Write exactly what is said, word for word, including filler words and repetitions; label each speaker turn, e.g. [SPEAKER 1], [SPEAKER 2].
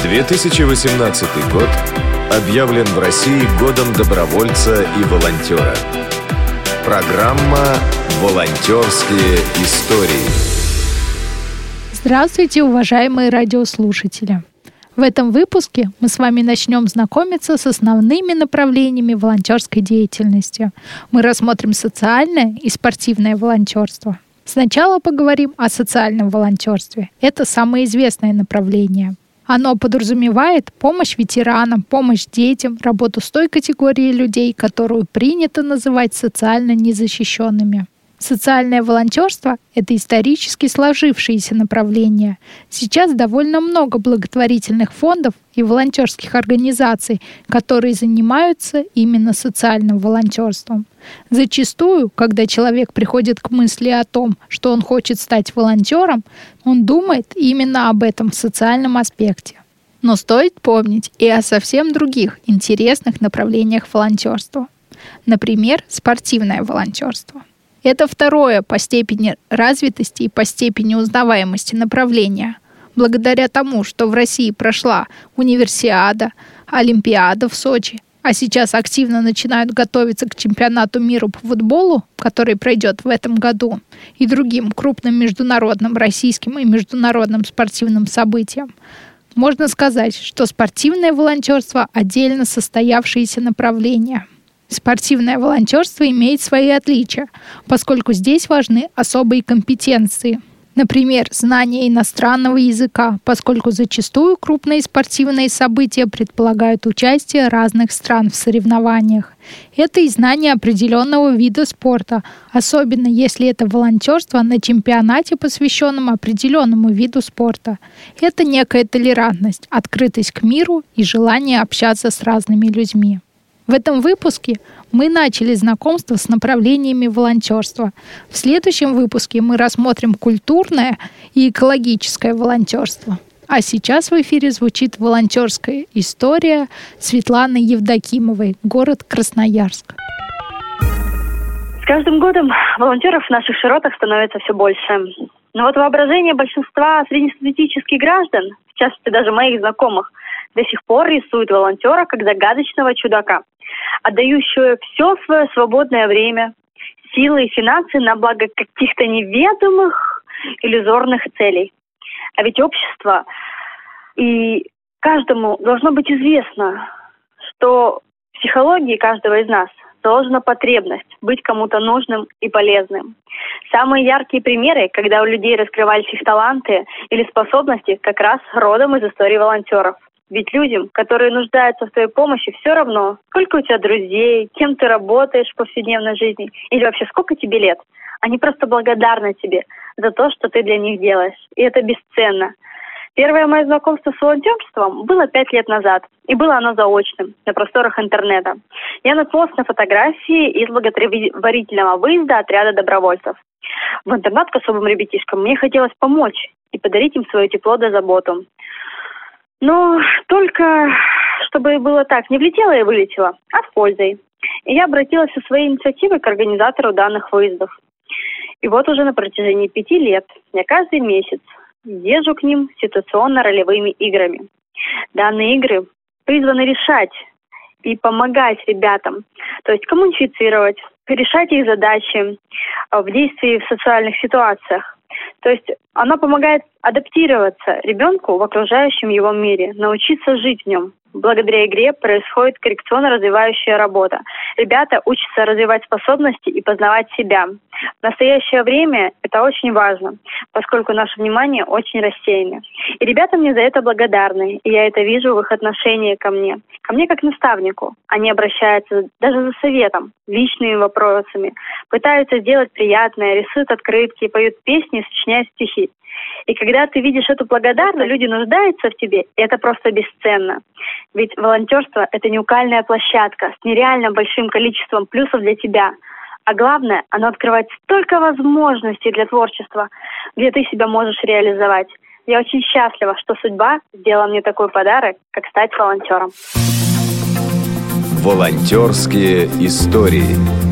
[SPEAKER 1] две тысячи восемнадцатый год объявлен в России годом добровольца и волонтера. Программа «Волонтерские истории».
[SPEAKER 2] Здравствуйте, уважаемые радиослушатели! В этом выпуске мы с вами начнем знакомиться с основными направлениями волонтерской деятельности. Мы рассмотрим социальное и спортивное волонтерство. Сначала поговорим о социальном волонтерстве. Это самое известное направление. Оно подразумевает помощь ветеранам, помощь детям, работу с той категорией людей, которую принято называть социально незащищенными. Социальное волонтерство – это исторически сложившееся направление. Сейчас довольно много благотворительных фондов и волонтерских организаций, которые занимаются именно социальным волонтерством. Зачастую, когда человек приходит к мысли о том, что он хочет стать волонтером, он думает именно об этом социальном аспекте. Но стоит помнить и о совсем других интересных направлениях волонтерства. Например, спортивное волонтерство. Это второе по степени развитости и по степени узнаваемости направление. Благодаря тому, что в России прошла универсиада, Олимпиада в Сочи, а сейчас активно начинают готовиться к чемпионату мира по футболу, который пройдет в этом году, и другим крупным международным российским и международным спортивным событиям, можно сказать, что спортивное волонтерство – отдельно состоявшееся направление. Спортивное волонтерство имеет свои отличия, поскольку здесь важны особые компетенции. Например, знание иностранного языка, поскольку зачастую крупные спортивные события предполагают участие разных стран в соревнованиях. Это и знание определенного вида спорта, особенно если это волонтерство на чемпионате, посвященном определенному виду спорта. Это некая толерантность, открытость к миру и желание общаться с разными людьми. В этом выпуске мы начали знакомство с направлениями волонтерства. В следующем выпуске мы рассмотрим культурное и экологическое волонтерство. А сейчас в эфире звучит волонтерская история Светланы Евдокимовой, город Красноярск.
[SPEAKER 3] С каждым годом волонтеров в наших широтах становится все больше. Но вот воображение большинства среднестатистических граждан, в частности даже моих знакомых, до сих пор рисует волонтера как загадочного чудака, отдающего все свое свободное время, силы и финансы на благо каких-то неведомых иллюзорных целей. А ведь общество и каждому должно быть известно, что в психологии каждого из нас заложена потребность быть кому-то нужным и полезным. Самые яркие примеры, когда у людей раскрывались их таланты или способности, как раз родом из истории волонтеров. Ведь людям, которые нуждаются в твоей помощи, все равно, сколько у тебя друзей, кем ты работаешь в повседневной жизни, или вообще сколько тебе лет. Они просто благодарны тебе за то, что ты для них делаешь. И это бесценно. Первое мое знакомство с волонтерством было пять лет назад, и было оно заочным, на просторах интернета. Я наткнулась на фотографии из благотворительного выезда отряда добровольцев. В интернат к особым ребятишкам мне хотелось помочь и подарить им свое тепло да заботу. Но только чтобы было так, не влетело и вылетело, а с пользой. И я обратилась со своей инициативой к организатору данных выездов. И вот уже на протяжении пяти лет я каждый месяц езжу к ним ситуационно-ролевыми играми. Данные игры призваны решать и помогать ребятам, то есть коммуницировать, решать их задачи в действии в социальных ситуациях. То есть она помогает адаптироваться ребенку в окружающем его мире, научиться жить в нем. Благодаря игре происходит коррекционно-развивающая работа. Ребята учатся развивать способности и познавать себя. В настоящее время это очень важно, поскольку наше внимание очень рассеяно. И ребята мне за это благодарны, и я это вижу в их отношении ко мне. Ко мне как наставнику. Они обращаются даже за советом, личными вопросами, пытаются сделать приятное, рисуют открытки, поют песни, сочиняют стихи. И когда ты видишь эту благодарность, люди нуждаются в тебе, и это просто бесценно. Ведь волонтерство – это не уникальная площадка с нереально большим количеством плюсов для тебя. А главное, оно открывает столько возможностей для творчества, где ты себя можешь реализовать. Я очень счастлива, что судьба сделала мне такой подарок, как стать волонтером.
[SPEAKER 1] Волонтерские истории.